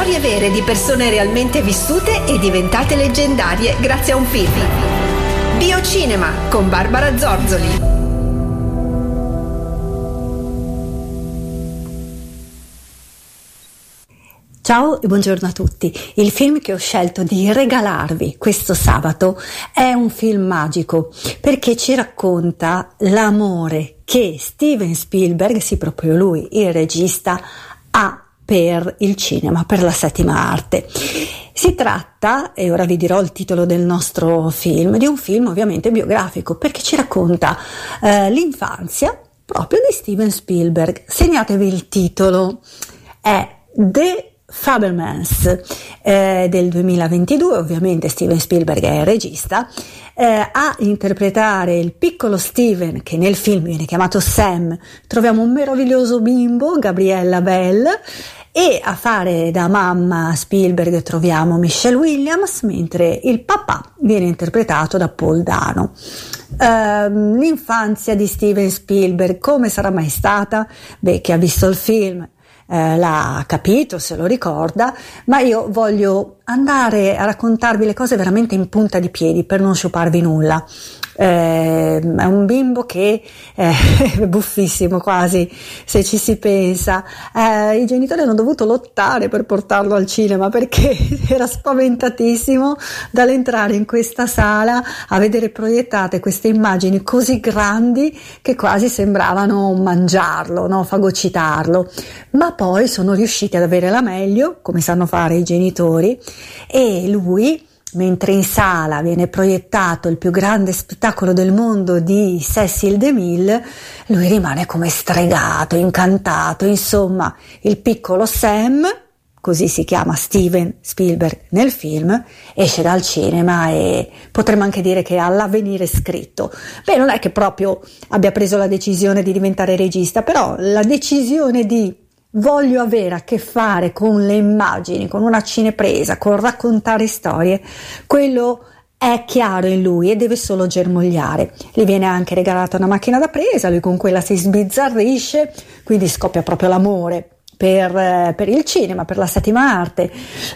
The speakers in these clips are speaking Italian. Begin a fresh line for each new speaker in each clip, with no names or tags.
Storie vere di persone realmente vissute e diventate leggendarie grazie a un film. Biocinema con Barbara Zorzoli.
Ciao e buongiorno a tutti. Il film che ho scelto di regalarvi questo sabato è un film magico perché ci racconta l'amore che Steven Spielberg, sì proprio lui, il regista, ha per il cinema, per la settima arte. Si tratta, e ora vi dirò il titolo del nostro film, di un film ovviamente biografico perché ci racconta l'infanzia proprio di Steven Spielberg. Segnatevi il titolo, è The Fabelmans, del 2022. Ovviamente Steven Spielberg è il regista. A interpretare il piccolo Steven, che nel film viene chiamato Sam, troviamo un meraviglioso bimbo, Gabriella Bell, e a fare da mamma Spielberg troviamo Michelle Williams, mentre il papà viene interpretato da Paul Dano. L'infanzia di Steven Spielberg come sarà mai stata? Beh, chi ha visto il film l'ha capito, se lo ricorda, ma io voglio andare a raccontarvi le cose veramente in punta di piedi per non sciuparvi nulla. È un bimbo che è buffissimo quasi, se ci si pensa. I genitori hanno dovuto lottare per portarlo al cinema perché era spaventatissimo dall'entrare in questa sala a vedere proiettate queste immagini così grandi che quasi sembravano mangiarlo, no? Fagocitarlo, ma poi sono riusciti ad avere la meglio, come sanno fare i genitori, e lui, mentre in sala viene proiettato il più grande spettacolo del mondo di Cecil DeMille, lui rimane come stregato, incantato. Insomma, il piccolo Sam, così si chiama Steven Spielberg nel film, esce dal cinema e potremmo anche dire che ha l'avvenire scritto. Beh, non è che proprio abbia preso la decisione di diventare regista, però la decisione di voglio avere a che fare con le immagini, con una cinepresa, con raccontare storie, quello è chiaro in lui e deve solo germogliare. Gli viene anche regalata una macchina da presa, lui con quella si sbizzarrisce, quindi scoppia proprio l'amore per il cinema, per la settima arte.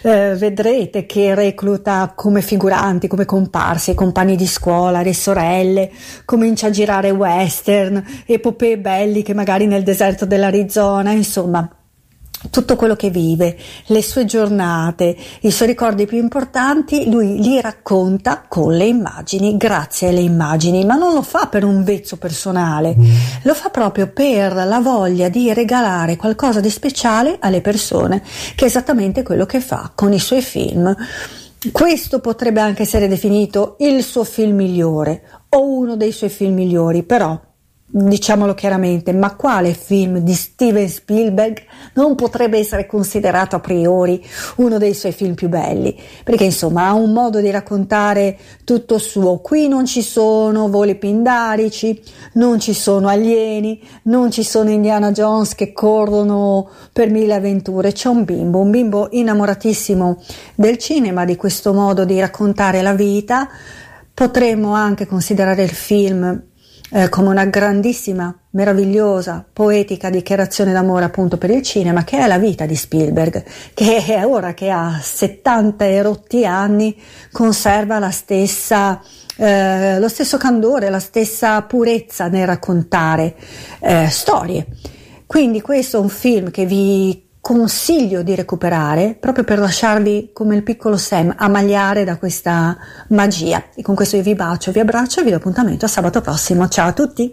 Vedrete che recluta come figuranti, come comparsi, i compagni di scuola, le sorelle, comincia a girare western, epopee belliche magari nel deserto dell'Arizona, insomma tutto quello che vive, le sue giornate, i suoi ricordi più importanti, lui li racconta con le immagini, grazie alle immagini, ma non lo fa per un vezzo personale, lo fa proprio per la voglia di regalare qualcosa di speciale alle persone, che è esattamente quello che fa con i suoi film. Questo potrebbe anche essere definito il suo film migliore o uno dei suoi film migliori, però diciamolo chiaramente, ma quale film di Steven Spielberg non potrebbe essere considerato a priori uno dei suoi film più belli? Perché insomma ha un modo di raccontare tutto suo. Qui non ci sono voli pindarici, non ci sono alieni, non ci sono Indiana Jones che corrono per mille avventure. C'è un bimbo innamoratissimo del cinema, di questo modo di raccontare la vita. Potremmo anche considerare il film come una grandissima, meravigliosa, poetica dichiarazione d'amore appunto per il cinema, che è la vita di Spielberg, che è ora che ha 70 e rotti anni conserva la stessa lo stesso candore, la stessa purezza nel raccontare storie. Quindi questo è un film che vi consiglio di recuperare proprio per lasciarvi come il piccolo Sam ammagliare da questa magia. E con questo io vi bacio, vi abbraccio e vi do appuntamento a sabato prossimo. Ciao a tutti!